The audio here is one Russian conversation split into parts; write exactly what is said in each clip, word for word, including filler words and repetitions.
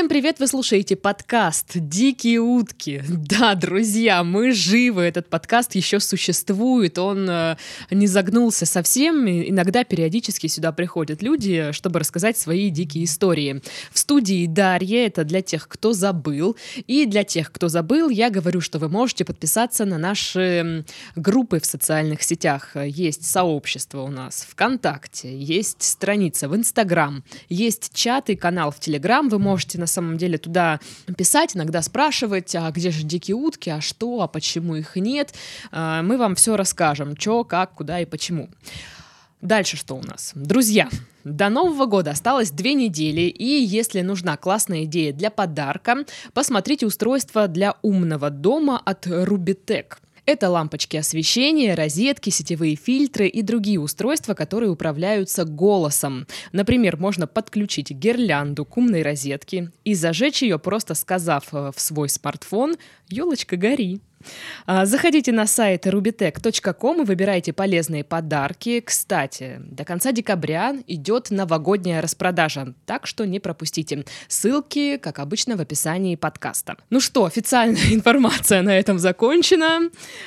Всем привет, вы слушаете подкаст «Дикие утки». Да, друзья, мы живы, этот подкаст еще существует, он э, не загнулся совсем, иногда периодически сюда приходят люди, чтобы рассказать свои дикие истории. В студии Дарья, это для тех, кто забыл, и для тех, кто забыл, я говорю, что вы можете подписаться на наши группы в социальных сетях. Есть сообщество у нас ВКонтакте, есть страница в Инстаграм, есть чат и канал в Телеграм, вы можете на самом деле туда писать, иногда спрашивать, а где же дикие утки, а что, а почему их нет. Мы вам все расскажем, что, как, куда и почему. Дальше что у нас? Друзья, до Нового года осталось две недели, и если нужна классная идея для подарка, посмотрите устройство для умного дома от Rubitech. Это лампочки освещения, розетки, сетевые фильтры и другие устройства, которые управляются голосом. Например, можно подключить гирлянду к умной розетке и зажечь ее, просто сказав в свой смартфон «Елочка, гори». Заходите на сайт rubitech точка ком и выбирайте полезные подарки. Кстати, до конца декабря идет новогодняя распродажа, так что не пропустите. Ссылки, как обычно, в описании подкаста. Ну что, официальная информация на этом закончена.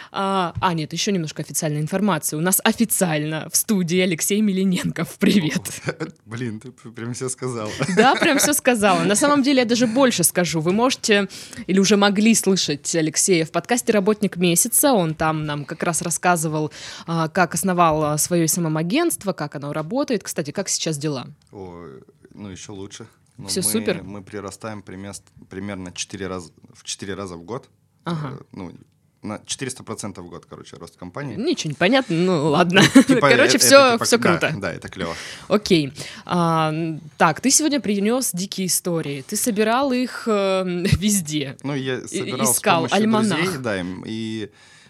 А, а нет, еще немножко официальной информации. У нас официально в студии Алексей Милененков. Привет. Блин, ты прям все сказала. Да, прям все сказала. На самом деле я даже больше скажу. Вы можете или уже могли слышать Алексея в подкасте «Работник месяца». Он там нам как раз рассказывал, как основал свое самоагентство, как оно работает. Кстати, как сейчас дела? О, ну, еще лучше. Ну, Все мы, супер? Мы прирастаем примерно четыре раза, в четыре раза в год. Ага. Ну, на четыреста процентов в год, короче, рост компании. Ничего не понятно, ну ладно. Типа, короче, это, все, это, типа, все да, круто. Да, это клево. Окей. А, так, ты сегодня принес дикие истории. Ты собирал их э, везде. Ну, я собирал Искал с помощью альманах. друзей, да, и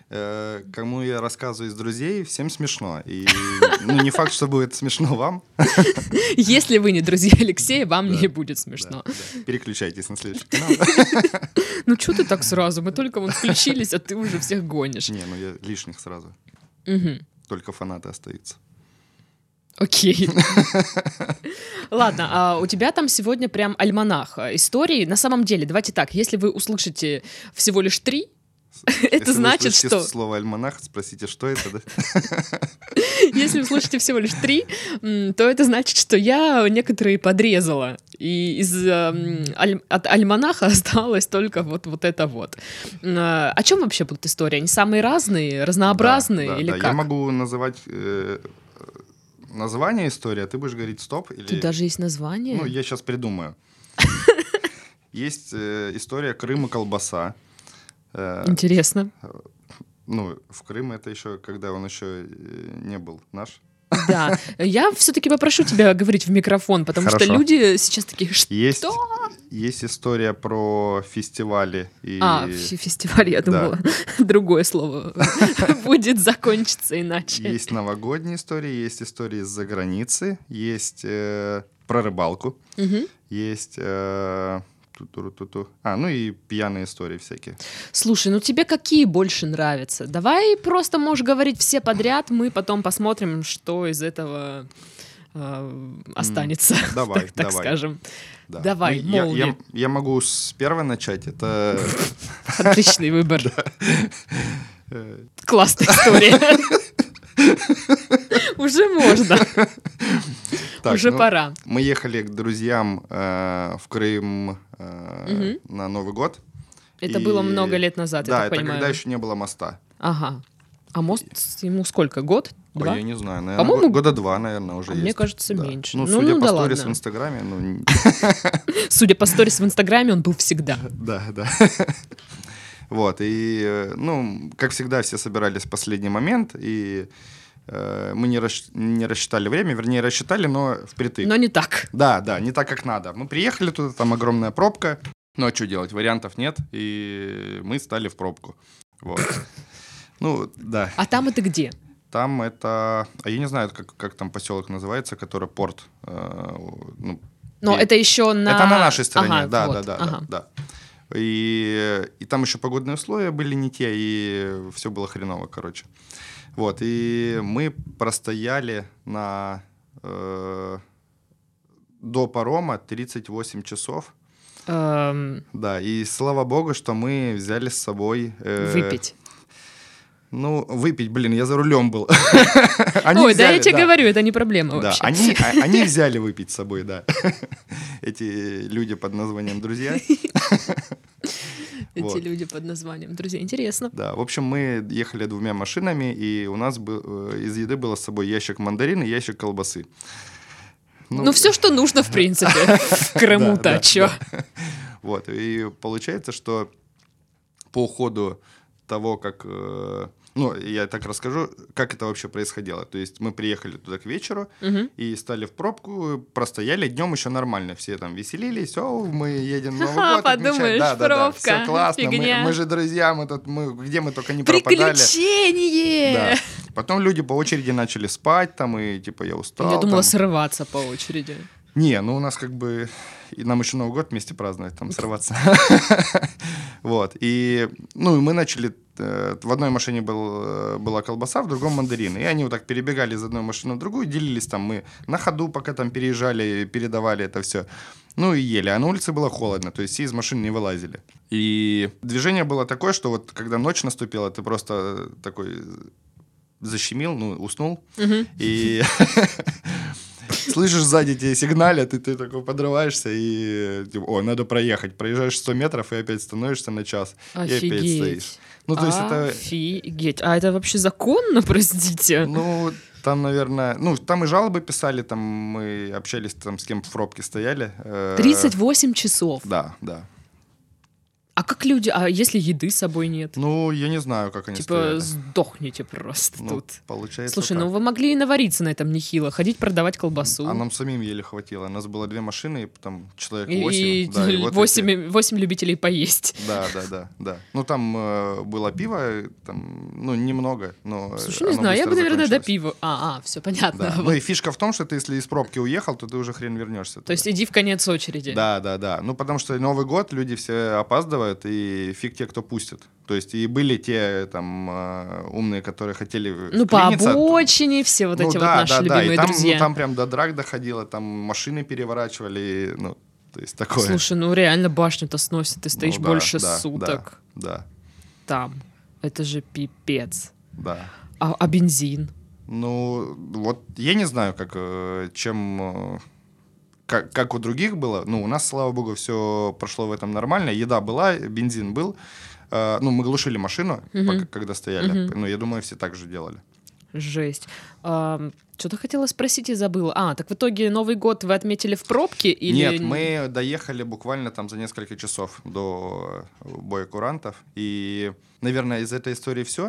э, кому я рассказываю из друзей, всем смешно. И ну, не факт, что будет смешно вам. Если вы не друзья Алексея, вам не будет смешно. Переключайтесь на следующий канал. Ну, что ты так сразу? Мы только вон включились, а ты уже всех гонишь. Не, ну я лишних сразу. Только фанаты остаются. Окей. Ладно, а у тебя там сегодня прям альманах истории. На самом деле, давайте так, если вы услышите всего лишь три, это значит, что... что... слово «альманах», спросите, что это, да? Если вы слышите всего лишь три, то это значит, что я некоторые подрезала. И из э, аль... от альманаха осталось только вот, вот это вот. Э, о чем вообще будут истории? Они самые разные, разнообразные да, да, или да. как? Я могу называть э, название истории, а ты будешь говорить «стоп». Или... Тут даже есть название? Ну, я сейчас придумаю. Есть э, история «Крым и колбаса». Интересно. Ну, в Крым это еще, когда он еще не был наш. Да, я все-таки попрошу тебя говорить в микрофон, потому Хорошо. что люди сейчас такие, что? Есть, есть история про фестивали. И... А, фестиваль, я думала, да. Другое слово будет закончиться иначе. Есть новогодние истории, есть истории из-за границы, есть э, про рыбалку, угу. есть... Э, Ту-ту-ту-ту. А, ну и пьяные истории всякие. Слушай, ну тебе какие больше нравятся? Давай просто можешь говорить все подряд, мы потом посмотрим, что из этого э, останется, mm, давай, так, так давай. скажем. Да. Давай, ну, я, я, я могу с первой начать, это... Отличный выбор. Классная история. Уже можно. Так, Уже ну, пора. Мы ехали к друзьям э, в Крым э, угу. на Новый год. Это и... было много лет назад, да, я так это понимаю. когда еще не было моста. Ага. А мост ему сколько? Год? Два? Ой, я не знаю. Наверное, По-моему, года два, наверное, уже а есть. Мне кажется, да. меньше. Ну, ну судя ну, по да сторис ладно. в Инстаграме, ну... Судя по сторис в Инстаграме, он был всегда. Да, да. Вот, и, ну, как всегда, все собирались в последний момент, и... Мы не, расч... не рассчитали время, вернее, рассчитали, но впритык. Но не так. Да, да, не так, как надо. Мы приехали туда, там огромная пробка. Ну, а что делать? Вариантов нет, и мы стали в пробку. Вот. Ну, да. А там это где? Там это... А я не знаю, как, как там поселок называется, который порт. Э, ну, но и... это еще на... Это на нашей стороне, ага, да, вот, да, да, ага. да, да. И, и там еще погодные условия были не те, и все было хреново, короче. Вот, и мы простояли на, э, до парома тридцать восемь часов. Эм, Да, и слава богу, что мы взяли с собой... э, Выпить. Ну, выпить, блин, я за рулем был. Ой, да я тебе говорю, это не проблема Да, вообще. они, а- они взяли выпить с собой, да. Эти люди под названием «Друзья». Эти Вот. люди под названием «Друзья». Интересно. Да, в общем, мы ехали двумя машинами, и у нас был, э, из еды было с собой ящик мандарин и ящик колбасы. Ну, все, что нужно, в принципе, в Крыму-то, да, чё? да. Вот, и получается, что по ходу того, как... э, Ну, я так расскажу, как это вообще происходило. То есть мы приехали туда к вечеру Мгм. и стали в пробку, простояли, днем еще нормально, все там веселились, о, мы едем Новый Ха-ха, год отмечать. подумаешь, Да, да, да, пробка, все классно, мы, фигня. мы же друзья, мы тут, мы, где мы только не пропадали. Приключение! Да. Потом люди по очереди начали спать там, и типа я устал. Я думала там. срываться по очереди. Не, ну у нас как бы... И нам еще Новый год вместе праздновать, там, срываться. Вот. И, ну, и мы начали... э, В одной машине был, э, была колбаса, в другом мандарины. И они вот так перебегали из одной машины в другую, делились там. Мы на ходу, пока там переезжали, передавали это все. Ну и ели. А на улице было холодно, то есть все из машин не вылазили. И движение было такое, что вот когда ночь наступила, ты просто такой защемил, ну, уснул. Мгм. И... Слышишь, сзади тебе сигналят, и ты такой подрываешься, и типа, о, надо проехать. Проезжаешь сто метров, и опять становишься на час, и опять стоишь. Офигеть. Ну, то есть это... Офигеть. А это вообще законно, простите? Ну, там, наверное... Ну, там и жалобы писали, там мы общались там с кем в пробке стояли. э, тридцать восемь часов. Да, да. А как люди... А если еды с собой нет? Ну, я не знаю, как они Типа, стояли. сдохните просто Ну, тут. получается Слушай, так. ну вы могли и навариться на этом нехило. Ходить продавать колбасу. А нам самим еле хватило. У нас было две машины, и там человек И, восемь. и да, и вот восемь, эти- восемь любителей поесть. Да, да, да, да. Ну, там э, было пиво, там, ну, немного, но... Слушай, не оно знаю, я быстро бы, наверное, до закончилось. пива. А, а, все понятно. Да. Ну, и фишка в том, что ты, если из пробки уехал, то ты уже хрен вернешься. То есть иди в конец очереди. Да, да, да. Ну, потому что Новый год, люди все опаздывают, и фиг те, кто пустит. То есть и были те там э, умные, которые хотели Ну, по вклиниться. обочине, все вот Ну, эти да, вот наши да, да. любимые И там, друзья. ну, там прям до драк доходило, там машины переворачивали, ну, то есть такое. Слушай, ну реально башню-то сносит, ты стоишь Ну, да, больше да, суток Да, да, там. Это же пипец. да. А, а бензин? Ну, вот я не знаю, как, э, чем, э, как, как у других было. Ну, у нас, слава богу, все прошло в этом нормально. Еда была, бензин был. Э, Ну, мы глушили машину, Мгм. пока, когда стояли. Мгм. Ну, я думаю, все так же делали. Жесть. А, что-то хотела спросить и забыла. А, так в итоге Новый год вы отметили в пробке? Или... Нет, мы доехали буквально там за несколько часов до боя курантов. И, наверное, из этой истории все.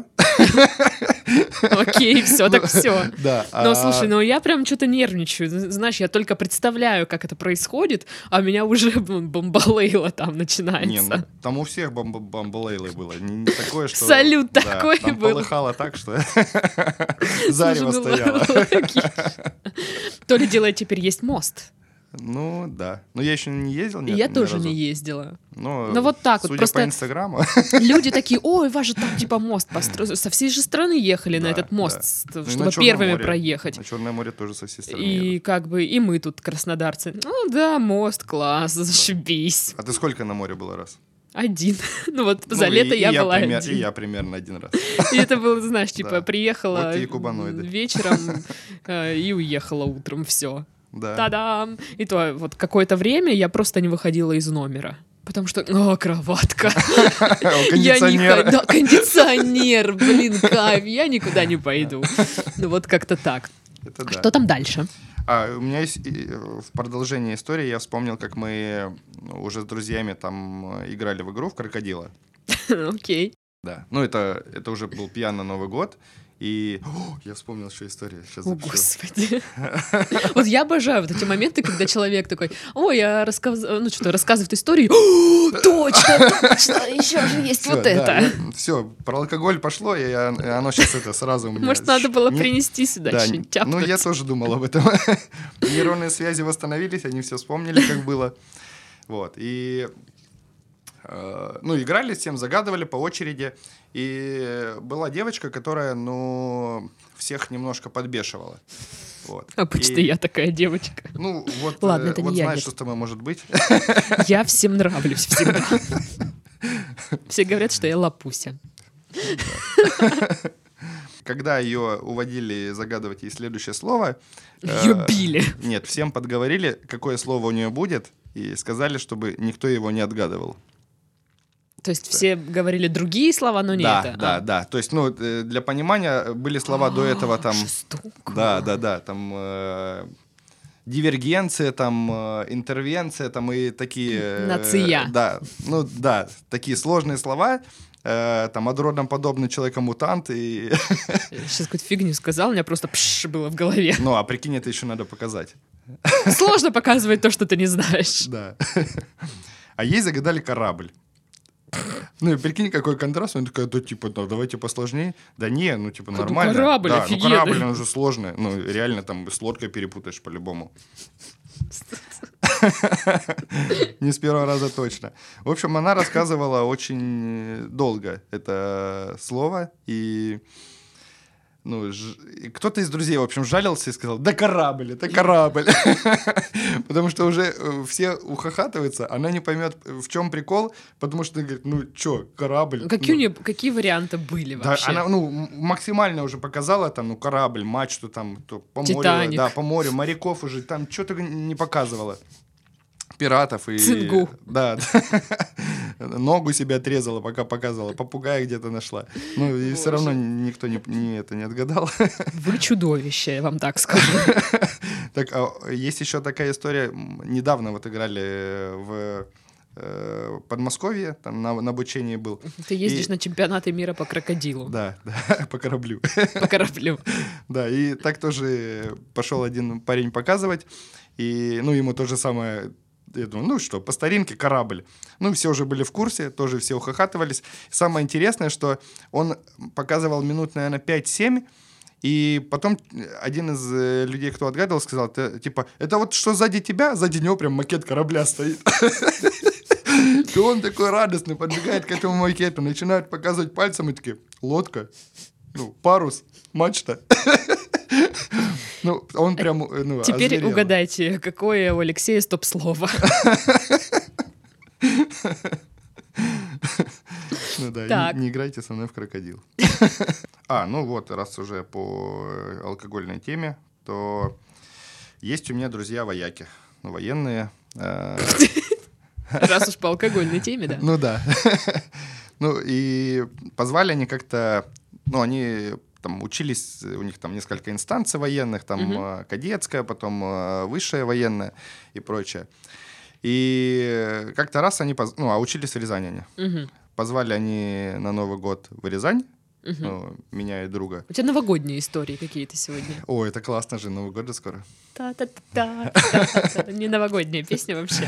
Окей, все, так все. Да. Но а- слушай, ну я прям что-то нервничаю. Знаешь, я только представляю, как это происходит, а меня уже бом- бомбалейло там Не, начинается. ну, там у всех бомб- бомбалейлы было. Не, не такое, что... Салют да, такой там был. полыхало так, что зарево Слушай, ну, стояло. логично. То ли дело теперь есть мост. Ну, да. Но я еще не ездил И ни- я ни тоже разу. не ездила. Но, Ну, вот так вот, судя просто- по Инстаграму... Люди такие, ой, ваш же там типа мост построен. Со всей же страны ехали на Да, этот мост, да. с- Ну, и на чтобы Чёрном первыми море. проехать. На Черное море тоже со всей стороны И едут. как бы и мы тут, краснодарцы. Ну да, мост, класс, зашибись. А ты сколько на море было раз? Один. Ну вот Ну, за и- лето и я была пример- один. И я примерно один раз. И это было, знаешь, типа, Да. приехала Вот те и кубаноиды. вечером э, и уехала утром, все. Да. Та-дам! И то вот какое-то время я просто не выходила из номера. Потому что, о, кроватка. Я не Кондиционер. ходила. Да, кондиционер, блин, кайф. Я никуда не пойду. Ну вот как-то так. Это да. Что там дальше? А, у меня есть и, э, в продолжение истории, я вспомнил, как мы уже с друзьями там э, играли в игру в крокодила. Окей. Да. Ну, это, это уже был пьяный Новый год. И О, я вспомнил еще историю. Сейчас О, запишу. Господи. Вот я обожаю вот эти моменты, когда человек такой, ой, я рассказываю, ну что, рассказывает историю, «О, точно, точно, еще же есть вот это. Все, про алкоголь пошло, и, я- и оно сейчас это сразу у меня... Может, надо было Не- принести сюда Да, что-нибудь ну тяпнуть. я тоже думал об этом. Нейронные связи восстановились, они все вспомнили, как было. Вот, и э, ну, играли с тем, загадывали по очереди. И была девочка, которая, ну, всех немножко подбешивала. Вот. Обычно И, я такая девочка. ну, вот, Ладно, э, это вот не я, знаешь, нет. что с тобой может быть. Я всем нравлюсь всегда. Все говорят, что я лапуся. Когда ее уводили загадывать ей следующее слово... Ее э, били. Нет, всем подговорили, какое слово у нее будет, и сказали, чтобы никто его не отгадывал. То есть все говорили другие слова, но не да, это. Да, А. да. То есть, ну, э, для понимания, были слова до этого там... Жестоко. Да, да, да. Там э, дивергенция, там э, интервенция, там и такие... э, Нация. Да, ну да, такие сложные слова. Э, там адроноподобный человека-мутант и... Сейчас какую-то фигню сказал, у меня просто пш было в голове. Ну, а прикинь, это еще надо показать. Сложно показывать то, что ты не знаешь. Да. А ей загадали корабль. Ну и прикинь, какой контраст. Он такой, да, типа, ну, давайте посложнее. Да не, ну, типа, Ну, нормально. корабль да, ну, офигенный. корабль, он уже сложный. Ну, реально, там, с лодкой перепутаешь по-любому. Не с первого раза точно. В общем, она рассказывала очень долго это слово. И... Ну, ж... кто-то из друзей, в общем, жалился и сказал, да корабль, это корабль. Потому что уже все ухахатываются, она не поймет, в чем прикол, потому что говорит, ну, что, корабль. Какие, ну, у нее, какие варианты были да, вообще? она, ну, максимально уже показала, там, ну, корабль, мачту, там, то, по морю, Титаник. да, по морю, моряков уже, там, что-то не показывала. Пиратов и... Цингу. Да. Ногу себе отрезала, пока показывала. Попугая где-то нашла. Ну, и все равно никто не, не, это, не отгадал. Вы чудовище, я вам так скажу. Так, а есть еще такая история. Недавно вот играли в э, Подмосковье, там на, на обучении был. Ты ездишь И... на чемпионаты мира по крокодилу. Да, да, по кораблю. По кораблю. Да, и так тоже пошел один парень показывать. И, ну, ему то же самое... Я думаю, ну что, по старинке корабль. Ну, все уже были в курсе, тоже все ухахатывались. Самое интересное, что он показывал минут, наверное, пять-семь, и потом один из людей, кто отгадывал, сказал, типа, это вот что сзади тебя? Сзади него прям макет корабля стоит. И он такой радостный, подбегает к этому макету, начинает показывать пальцем, и такие, лодка, ну, парус, мачта. Ну, он прям, ну, Теперь озверел. угадайте, какое у Алексея стоп-слово. Ну да, Так. не, не играйте со мной в крокодил. А, ну вот, раз уже по алкогольной теме, то есть у меня друзья-вояки, ну, военные. э, Раз уж по алкогольной теме, да? Ну да. Ну и позвали они как-то, ну они там учились, у них там несколько инстанций военных, там Мгм. э, кадетская, потом э, высшая военная и прочее. И как-то раз они, поз- ну а учились в Рязани они. Мгм. Позвали они на Новый год в Рязань, Мгм. ну, меня и друга. У тебя новогодние истории какие-то сегодня. О, это классно же, Новый год же скоро. Та-та-та-та, та-та-та. Не новогодняя песня вообще.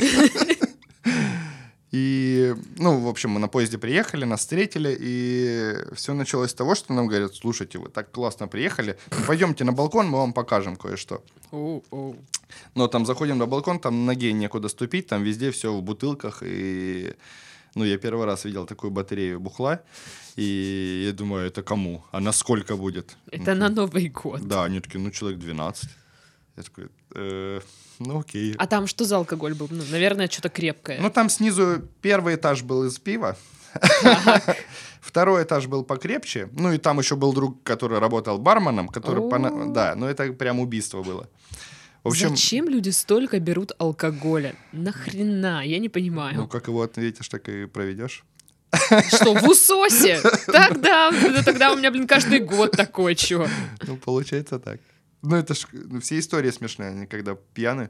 И, ну, в общем, мы на поезде приехали, нас встретили, и все началось с того, что нам говорят, слушайте, вы так классно приехали, пойдемте на балкон, мы вам покажем кое-что. Оу-оу. Но там заходим на балкон, там ноге некуда ступить, там везде все в бутылках, и, ну, я первый раз видел такую батарею бухла, и я думаю, это кому? А на сколько будет? Это на Новый год. Да, они такие, ну, человек двенадцать. Я такой, «Э, ну, окей. А там что за алкоголь был? Ну, наверное, что-то крепкое. Ну, там снизу первый этаж был из пива, второй этаж был покрепче, ну, и там еще был друг, который работал барменом, который, пона- О. да, ну, это прям убийство было. В общем, Зачем люди столько берут алкоголя? Нахрена? Я не ну, понимаю. как его ответишь, так и проведешь. Что, в усосе? Тогда, да тогда у меня, блин, каждый год такой, чё? Ну, получается так. Ну, это ж ну, все истории смешные, они когда пьяны.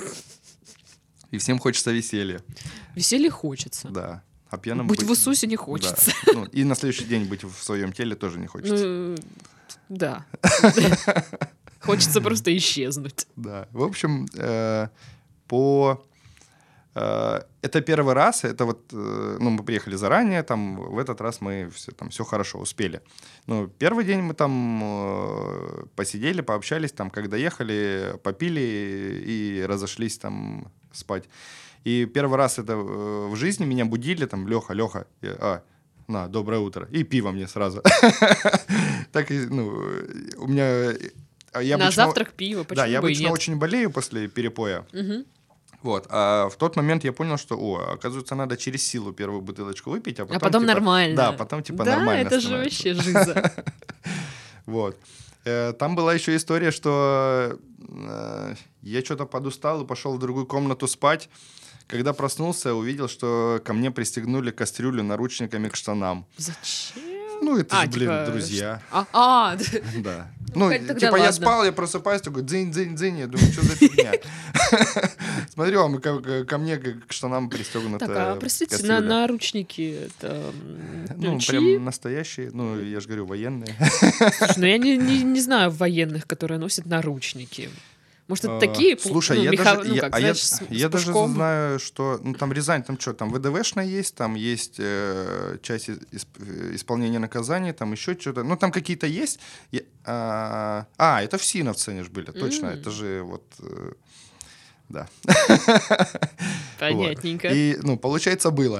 И всем хочется веселья, Веселье хочется. да. А пьяным Быть в усусе не хочется. Да. Ну, и на следующий день быть в своем теле тоже не хочется. Ну, да. Хочется просто исчезнуть. Да. В общем, э, по... э, это первый раз, это вот, э, ну, мы приехали заранее, там, в этот раз мы все, там, все хорошо успели. Ну, первый день мы там э, посидели, пообщались, там, когда ехали, попили и разошлись там спать. И первый раз это э, в жизни меня будили, там, Леха, Леха, я, а, на, доброе утро, и пиво мне сразу. Так, ну, у меня... На завтрак пиво, почему бы и нет? Да, я обычно очень болею после перепоя. Вот, а в тот момент я понял, что, о, оказывается, надо через силу первую бутылочку выпить, а потом, а потом типа, нормально. Да, потом типа да, нормально это становится. же вообще жиза. Вот. Там была еще история, что я что-то подустал и пошел в другую комнату спать. Когда проснулся, увидел, что ко мне пристегнули кастрюлю наручниками к штанам. Зачем? Ну, это а, же, блин, типа... друзья. А, а да. Ну, ну типа ладно. Я спал, я просыпаюсь, такой дзынь-дзынь-дзынь, я думаю, что за фигня? Смотрю, а ко, ко мне к штанам пристегнута Так, а простите, на, наручники это Ну, чьи? прям настоящие, ну, я же говорю, военные. Слушай, ну я не, не, не знаю военных, которые носят наручники. Может, это такие? Слушай, ну, я, меха... даже, ну, я, как, а знаешь, я, с, я с даже пушком. знаю, что ну, там Рязань, там что, там ВДВшная есть, там есть э, часть исп, исполнения наказаний, там еще что-то. Ну, там какие-то есть. Я, а, а, это в Синовце они же были, точно. Mm. Это же вот... Э, да. Понятненько. Вот. И, ну, получается, было.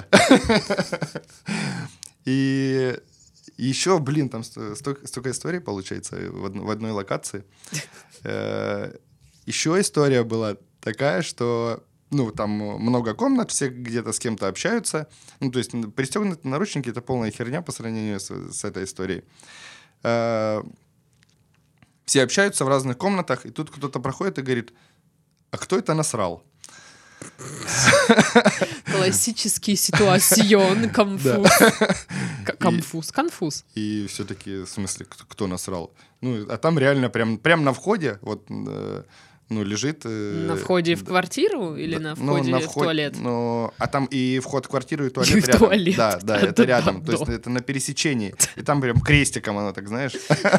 И... Еще, блин, там столько, столько историй, получается, в, одно, в одной локации. Еще история была такая, что, ну, там много комнат, все где-то с кем-то общаются. Ну, то есть пристегнутые наручники — это полная херня по сравнению с, с этой историей. Все общаются в разных комнатах, и тут кто-то проходит и говорит: а кто это насрал? Классический ситуацион, конфуз. Конфуз, конфуз. И все-таки, в смысле, кто, кто насрал? Ну, а там реально прям, прям на входе, вот, э, ну, лежит... Э, на входе в квартиру или да, на входе ну, на в вход, туалет? Ну, а там и вход в квартиру, и туалет и рядом. Туалет. Да, да, а это да, рядом. да, То есть да. это на пересечении. И там прям крестиком оно так, знаешь.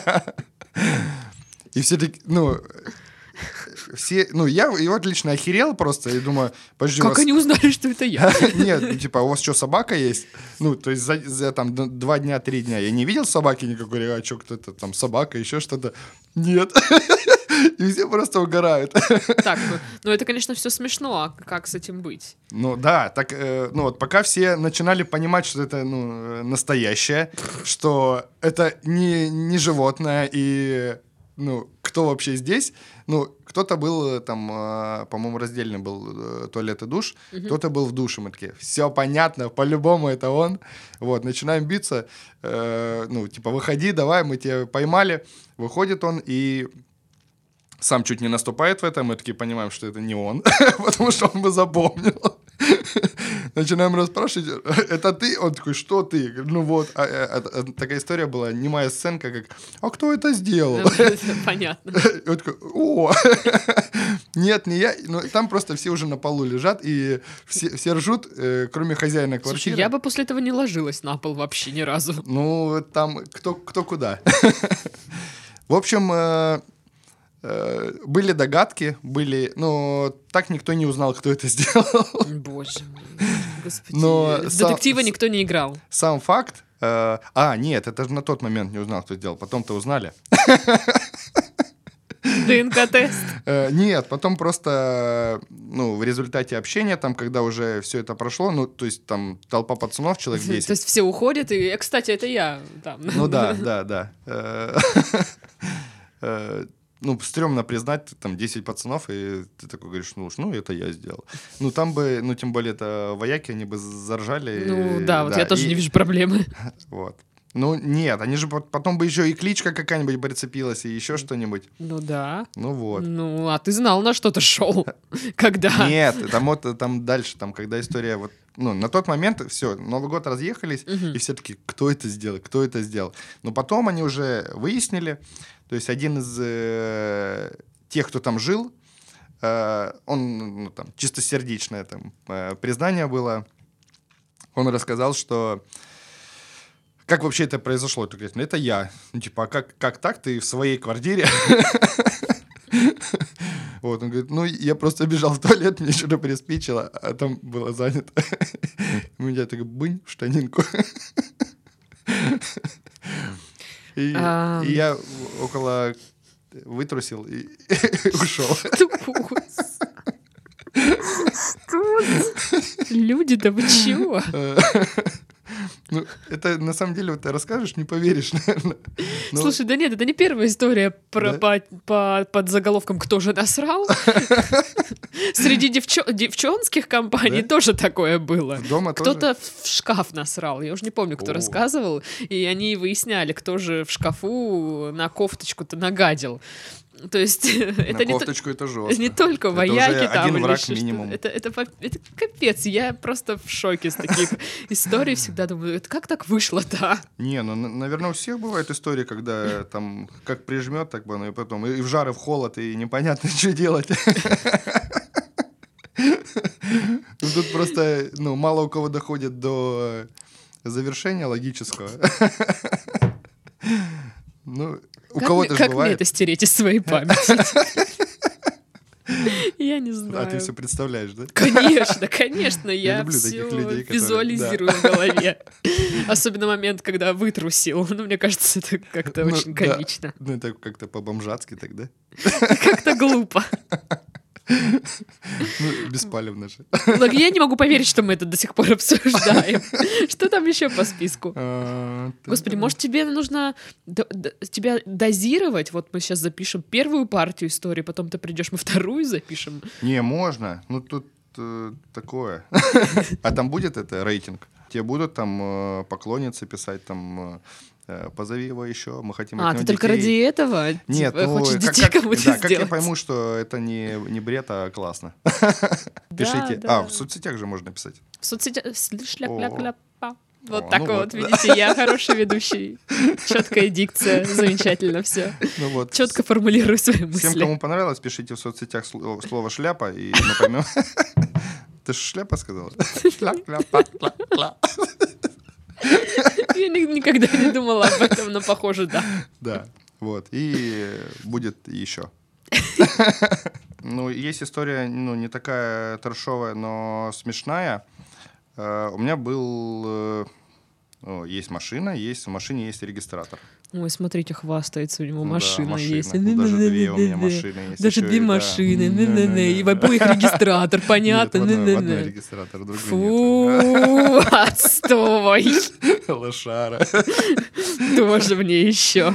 И все таки ну... Все, ну, я его отлично охерел просто и думаю, подожди, как вас... они узнали, что это я? Нет, ну, типа, у вас что, собака есть? Ну, то есть за, за там два дня, три дня я не видел собаки никакой, а что, кто-то там, собака, еще что-то. Нет. И все просто угорают. Так, ну это, конечно, все смешно, а как с этим быть? Ну да, так, э, ну вот пока все начинали понимать, что это, ну, настоящее, что это не, не животное и... Ну, кто вообще здесь? Ну, кто-то был там, э, по-моему, раздельный был э, туалет и душ, uh-huh. кто-то был в душе. Мы такие, все понятно, по-любому это он. Вот, начинаем биться. Э, ну, типа, выходи, давай, мы тебя поймали. Выходит он и сам чуть не наступает в это. Мы такие понимаем, что это не он, потому что он бы запомнил. Начинаем расспрашивать, это ты? Он такой, что ты? Ну вот, а, а, а, такая история была, немая сценка, как, а кто это сделал? Понятно. И он такой, о, нет, не я. Ну, там просто все уже на полу лежат, и все, все ржут, э, кроме хозяина квартиры. Слушай, я бы после этого не ложилась на пол вообще ни разу. Ну, там кто, кто куда. В общем... Э, были догадки, были... Но так никто не узнал, кто это сделал. Боже мой, господи. Но в сам, детектива никто не играл. Сам факт... Э, а, нет, это же на тот момент не узнал, кто сделал. Потом-то узнали. ДНК-тест? Э, нет, потом просто... Ну, в результате общения, там, когда уже все это прошло, ну, то есть там толпа пацанов, человек десять. То есть все уходят, и, кстати, это я там. Ну да, да, да. Ну, стрёмно признать, там десять пацанов, и ты такой говоришь, ну, ну, это я сделал. Ну, там бы, ну, тем более, это вояки, они бы заржали. Ну, да, вот да, я тоже и... не вижу проблемы. Вот. Ну, нет, они же потом бы еще и кличка какая-нибудь бы прицепилась, и еще что-нибудь. Ну, да. Ну, вот. Ну, а ты знал, на что ты шел. Когда? Нет, там, вот, там дальше, там, когда история вот... Ну, на тот момент все, Новый год разъехались, угу. и все таки кто это сделал, кто это сделал. Но потом они уже выяснили, то есть один из э, тех, кто там жил, э, он, ну, там, чистосердечное там, э, признание было, он рассказал, что как вообще это произошло. Он говорит, ну, это я. Ну, типа, а как, как так ты в своей квартире... Вот, он говорит, ну, я просто бежал в туалет, мне что-то приспичило, а там было занято. У меня так бынь в штанинку. И, а... и я около вытрусил и ушел. Что Люди-то вы чего? Ну, это на самом деле, вот ты расскажешь, не поверишь, наверное. Но... Слушай, да нет, это не первая история про, да? по, по, под заголовком «Кто же насрал?». Среди девчо, девчонских компаний да? тоже такое было. Дома Кто-то тоже? в шкаф насрал, я уже не помню, кто О. рассказывал, и они выясняли, кто же в шкафу на кофточку-то нагадил. То есть это не, кофточку это жестко. не только это вояки уже там один или враг еще минимум. что-то. Это, это, это капец, я просто в шоке с таких историй всегда думаю, это как так вышло-то? Не, ну, наверное, у всех бывают истории, когда там как прижмет, так бы, ну и потом и в жар, и в холод, и непонятно, что делать. Тут просто, ну, мало у кого доходит до завершения логического. Ну, у кого-то же Как бывает. мне это стереть из своей памяти? Я не знаю. А ты все представляешь, да? Конечно, конечно, я люблю все таких людей, которые- визуализирую в голове. Особенно момент, когда вытрусил. Ну, мне кажется, это как-то Ну, очень да. комично. Ну, это как-то по-бомжатски тогда. Как-то глупо. Ну, беспалевно же. Но я не могу поверить, что мы это до сих пор обсуждаем. Что там еще по списку? А, Господи, может, тебе нужно д- д- тебя дозировать? Вот мы сейчас запишем первую партию истории, потом ты придешь, мы вторую запишем. Не, можно. Ну, тут э, такое. А там будет это рейтинг? Тебе будут там э, поклонницы писать, там, э, позови его еще, мы хотим А, от ты него только детей. ради этого? Нет, типа, ну, хочешь как, детей как- кому-то да, как я сделать? пойму, что это не, не бред, а классно. Да, Пишите. да. А, в соцсетях же можно писать. В соцсетях... шляп-ляп-ляп-па. Вот О, так ну вот, вот. видите, я хороший ведущий. Четкая дикция, замечательно все. Ну вот. Четко формулирую свои Всем, мысли. кому понравилось, пишите в соцсетях сло- слово «шляпа», и мы поймем. Ты же шляпа сказала? Шляп-ляпа-ля-ля. Я ни- никогда не думала об этом, но похоже, да. Да, вот. И будет еще. Ну, есть история, ну, не такая трешовая, но смешная. Э, У меня был... э, о, есть машина, есть в машине есть регистратор. Ой, смотрите, хвастается, у него Ну да, машина есть. Ну, даже две у меня машины есть. Даже еще две и, да. машины, Не-не-не. не-не-не, и в обоих регистратор, Нет, понятно, в одной- в одной не-не-не. регистратор, другой Фу, отстой. нет. Лошара. Тоже мне еще.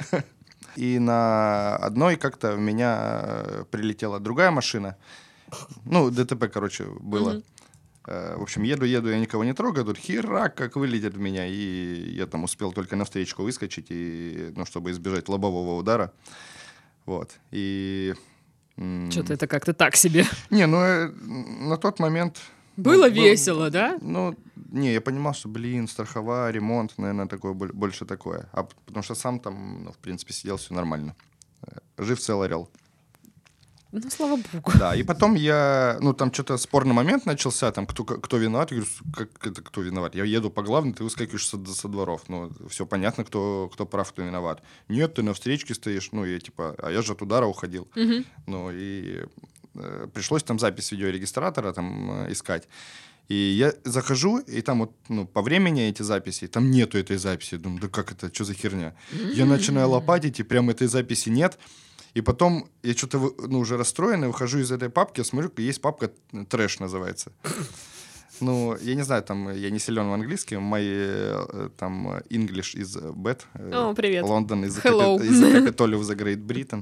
И на одной как-то в меня э, прилетела другая машина. Ну, ДТП, короче, было. Мгм. Э, В общем, еду-еду, я никого не трогаю, тут херак, как вылетит в меня. И я там успел только на встречку выскочить, и, ну, чтобы избежать лобового удара. Вот. И... м, Что-то это как-то так себе. Не, ну, э, на тот момент... Было ну, был- весело, да? Ну, не, я понимал, что, блин, страховая, ремонт, наверное, такое, боль- больше такое. А п- потому что сам там, ну, в принципе, сидел, все нормально. Э, Жив, цел, орел. Ну, слава богу. Да, и потом я, ну, там что-то спорный момент начался, там, кто, кто виноват, я говорю, как это кто виноват? Я еду по главной, ты выскакиваешь со, со дворов, ну, все понятно, кто, кто прав, кто виноват. Нет, ты на встречке стоишь, ну, я типа, а я же от удара уходил. Мгм. Ну, и э, пришлось там запись видеорегистратора там э, искать. И я захожу, и там вот, ну, по времени эти записи, там нету этой записи. Думаю, да как это, что за херня? Я начинаю лопатить, и прям этой записи нет. И потом я что-то, вы- ну, уже расстроенный, выхожу из этой папки, смотрю, есть папка «Трэш» называется. Ну, я не знаю, там, я не силен в английском, my, э, там, English is bad. э, О, привет. London is the, Hello. capi- is the capital of the Great Britain.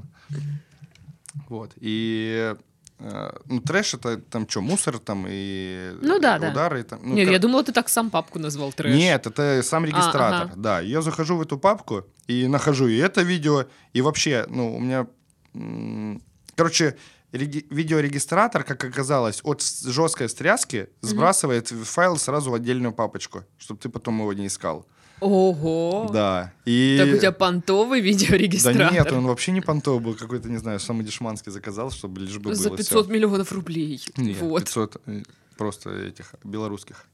Вот. И, э, ну, трэш — это там что, мусор там и Ну да, да. удары. Там, ну, Нет, кор- я думала, ты так сам папку назвал трэш. Нет, это сам регистратор. ага. Да, я захожу в эту папку и нахожу и это видео, и вообще, ну, у меня... м, Короче, реги- видеорегистратор, как оказалось, от с- жесткой стряски сбрасывает файл сразу в отдельную папочку, чтобы ты потом его не искал. Ого. Да. И... Так у тебя понтовый Да видеорегистратор. нет, он вообще не понтовый был, какой-то, не знаю, самый дешманский заказал, чтобы лишь бы За было пятьсот всё. миллионов рублей. Нет, Вот. пятьсот э, просто этих белорусских.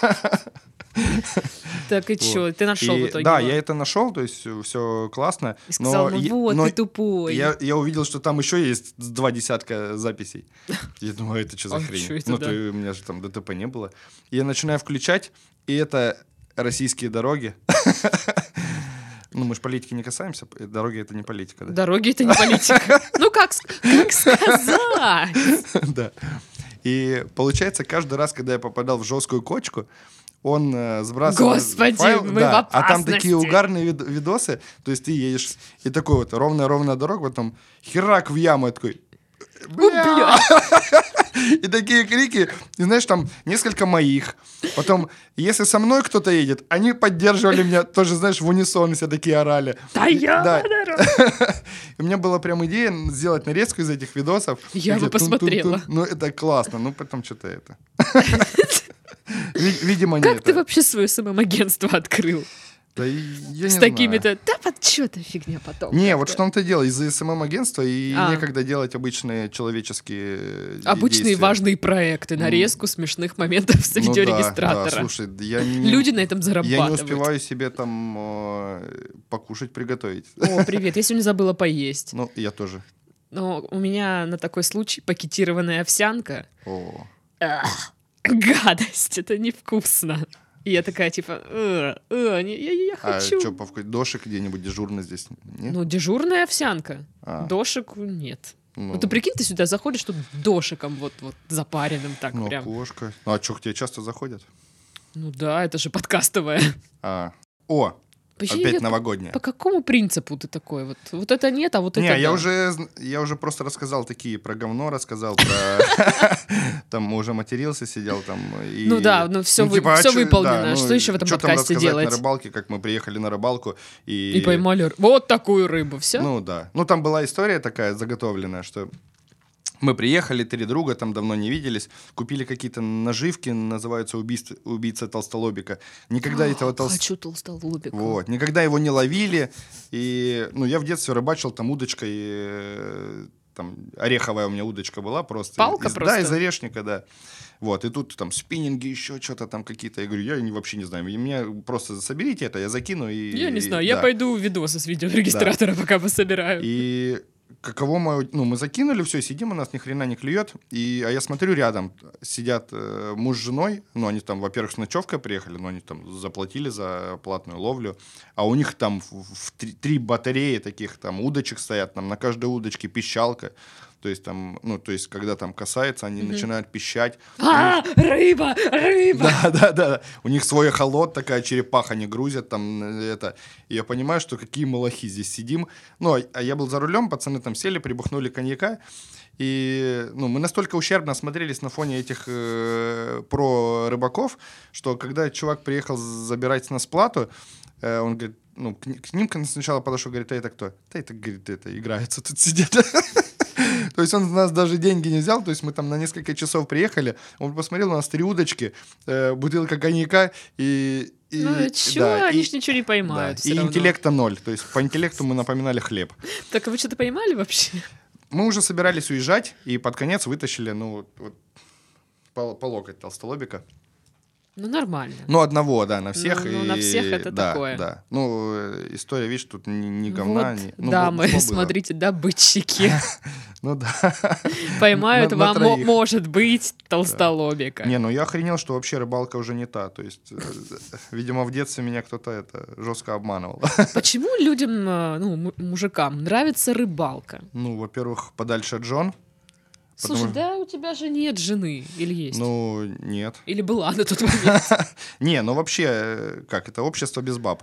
Так и что, ты нашел И в итоге да, его? я это нашел, то есть все классно. И сказал, ну я- вот, но ты тупой. Я, я увидел, что там еще есть два десятка записей. Я думаю, это что за А хрень? чё это, Ну, да? то и у меня же там ДТП не было. И я начинаю включать, и это российские дороги. Ну, мы же политики не касаемся, дороги — это не политика, да? Дороги — это не политика. Ну, как с- как сказать? Да. И получается, каждый раз, когда я попадал в жесткую кочку, он э, сбрасывал Господи, файл, мы да, в опасности. А там такие угарные вид- видосы, то есть ты едешь, и такой вот ровная-ровная дорога, потом херак в яму, я такой, бля! И такие крики, и знаешь, там несколько моих. Потом, если со мной кто-то едет, они поддерживали меня, тоже, знаешь, в унисон все такие орали. Да я да. У меня была прям идея сделать нарезку из этих видосов. Я бы посмотрела. Ну, это классно, ну, потом что-то это... Видимо, не Как это. ты вообще свое самоагентство открыл? Да я С не такими-то... знаю. Да под что-то фигня потом. Не, как-то. вот в том-то и дело, из-за СММ-агентства и А. некогда делать обычные человеческие э, Обычные действия. важные проекты, нарезку смешных моментов с Ну да, видеорегистратора. да, слушай, да я не, Люди на этом я зарабатывают. не успеваю себе там э, покушать, приготовить. О, привет, я сегодня забыла поесть. Ну, я тоже. Но у меня на такой случай пакетированная овсянка. О. Ах, гадость, это невкусно. И я такая, типа, «Э, э, не, я, я А хочу. что, по вкусу? Дошик где-нибудь дежурный здесь? Нет? Ну, дежурная овсянка. А. Дошек нет. Ну, Ну, ты прикинь, ты сюда заходишь тут дошиком вот, вот запаренным так ну, прям. кошка. Ну, а что, к тебе часто заходят? Ну да, это же подкастовая. А. О, Вообще, опять я- новогодняя. По какому принципу ты такой? Вот, вот это нет, а вот Не, это я да. уже, зн- я уже просто рассказал такие про говно, рассказал про... Там уже матерился, сидел там. и- Ну да, ну всё вы- типа, а всё чё- выполнено, да, что ещё в этом чё там подкасте рассказать делать? на рыбалке, как мы приехали на рыбалку и... И поймали р- вот такую рыбу, все? Ну да. Ну там была история такая заготовленная, что мы приехали, три друга, там давно не виделись, купили какие-то наживки, называются убийство, убийца толстолобика. Никогда этого толстолобика... Хочу толстолобика. Вот. Никогда его не ловили. И, ну, я в детстве рыбачил там удочкой, э, там, ореховая у меня удочка была просто. Палка из, просто? Да, из орешника, да. Вот, и тут там спиннинги, еще что-то там какие-то. Я говорю, я не, вообще не знаю. И мне просто соберите это, я закину. И, Я не и- знаю, я да. пойду видосы с видеорегистратора пока пособираю. И каково мое... Ну, мы закинули, все, сидим, у нас ни хрена не клюет. И, а я смотрю, рядом сидят э, муж с женой. Ну, они там, во-первых, с ночевкой приехали, но они там заплатили за платную ловлю. А у них там в, в три, три батареи таких там удочек стоят. Там на каждой удочке пищалка. То есть там, ну, то есть когда там касается, они начинают пищать. А, рыба, рыба! Да, да, да. У них свой эхолот, такая черепаха, они грузят там э, это. И я понимаю, что какие мы лохи здесь сидим. Ну, а- а я был за рулем, пацаны там сели, прибухнули коньяка. И ну, мы настолько ущербно смотрелись на фоне этих э, про рыбаков, что когда чувак приехал забирать с нас плату, э, он говорит, ну, к, ни- к ним сначала подошел, говорит, а это кто? Да это, говорит, это играются, тут сидят. То есть он с нас даже деньги не взял, то есть мы там на несколько часов приехали, он посмотрел, у нас три удочки, э, бутылка коньяка и... и- Ну чё, да, они и- ж ничего не да, поймают всё и равно. интеллекта ноль, то есть по интеллекту мы напоминали хлеб. Так, а вы что-то поймали вообще? Мы уже собирались уезжать, и под конец вытащили, ну, вот, вот по, по локоть толстолобика. Ну, нормально. Ну, одного, да, на всех. Ну, ну, и- на всех это да, такое. Да, ну, э, история, видишь, тут ни, ни говна, Вот, ни... Ну, дамы, бо- бо- было. смотрите, добытчики Ну, да. поймают На- на вам, мо- троих. может быть, толстолобика. Не, ну я охренел, что вообще рыбалка уже не та. То есть, э, видимо, в детстве меня кто-то это жестко обманывал. Почему людям, э, ну, му- мужикам нравится рыбалка? Ну, во-первых, подальше от жен. Слушай, Потому- да у тебя же нет жены, или есть? Ну, нет. Или была на тот момент? Не, ну вообще, э, как, это общество без баб.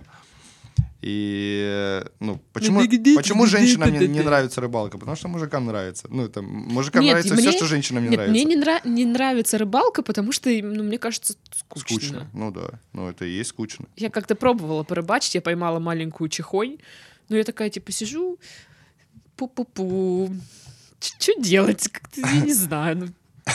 И, э, ну, почему, почему женщинам не, не нравится рыбалка? Потому что мужикам нравится. Ну, это, мужикам Нет, нравится мне- все, что женщинам не Нет, нравится. мне не, нра- не нравится рыбалка, потому что, ну, мне кажется, скучно. Скучно. Ну да, ну это и есть скучно. Я как-то пробовала порыбачить, я поймала маленькую чехонь, но я такая, типа, сижу, пу-пу-пу, что делать? Как-то я не знаю, ну...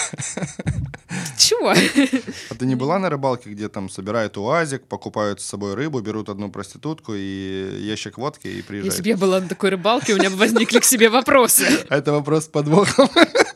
Чего? А ты не была на рыбалке, где там собирают уазик, покупают с собой рыбу, берут одну проститутку и ящик водки и приезжают? Если бы я была на такой рыбалке, у меня бы возникли к себе вопросы. А это вопрос с подвохом.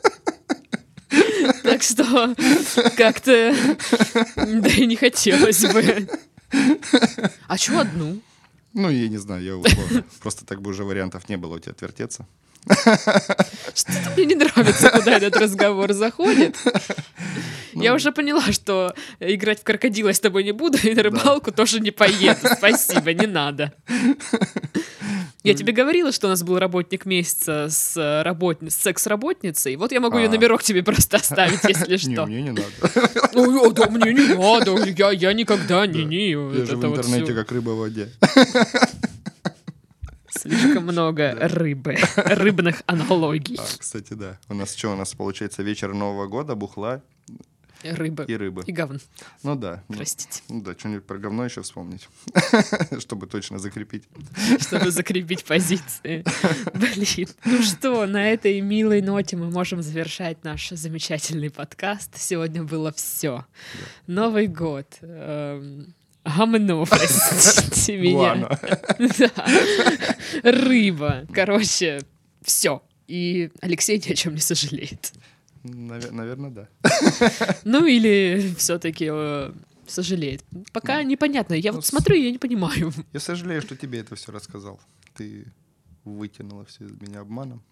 Так что как-то, да и не хотелось бы. А чего одну? Ну, я не знаю, я условно. Просто так бы уже вариантов не было у тебя отвертеться. Что-то мне не нравится, куда этот разговор заходит. Ну. Я уже поняла, что играть в крокодила я с тобой не буду, и на рыбалку тоже не поеду. Спасибо, не надо. Я тебе говорила, что у нас был работник месяца с, работни... с секс-работницей. Вот я могу ее номерок тебе просто оставить, если что. Не, мне не надо. Ой, да, мне не надо. Я, я никогда не... не я же в интернете как рыба в воде. Слишком много рыбы, рыбных аналогий. А, кстати, да. У нас что, у нас получается вечер Нового года, бухла рыбы. и рыбы. И говно. Ну да. Простите. Ну да, что-нибудь про говно еще вспомнить, чтобы точно закрепить. Чтобы закрепить позиции. Блин. Ну что, на этой милой ноте мы можем завершать наш замечательный подкаст. Сегодня было все. Да. Новый год. Эм... Гомно, простите меня. Да. Рыба. Короче, все. И Алексей ни о чем не сожалеет. Навер- наверное, да. Ну или все-таки э, сожалеет. Пока непонятно. Я ну, вот смотрю, я не понимаю. Я сожалею, что тебе это все рассказал. Ты вытянула все из меня обманом.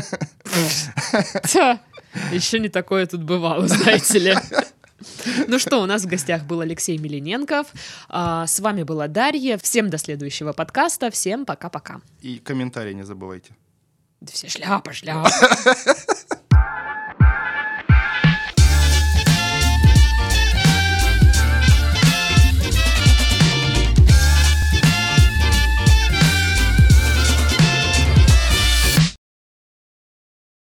Еще не такое тут бывало, знаете ли. Ну что, у нас в гостях был Алексей Милененков. А, с вами была Дарья. Всем до следующего подкаста. Всем пока-пока. И комментарии не забывайте. Да все шляпа, шляпа.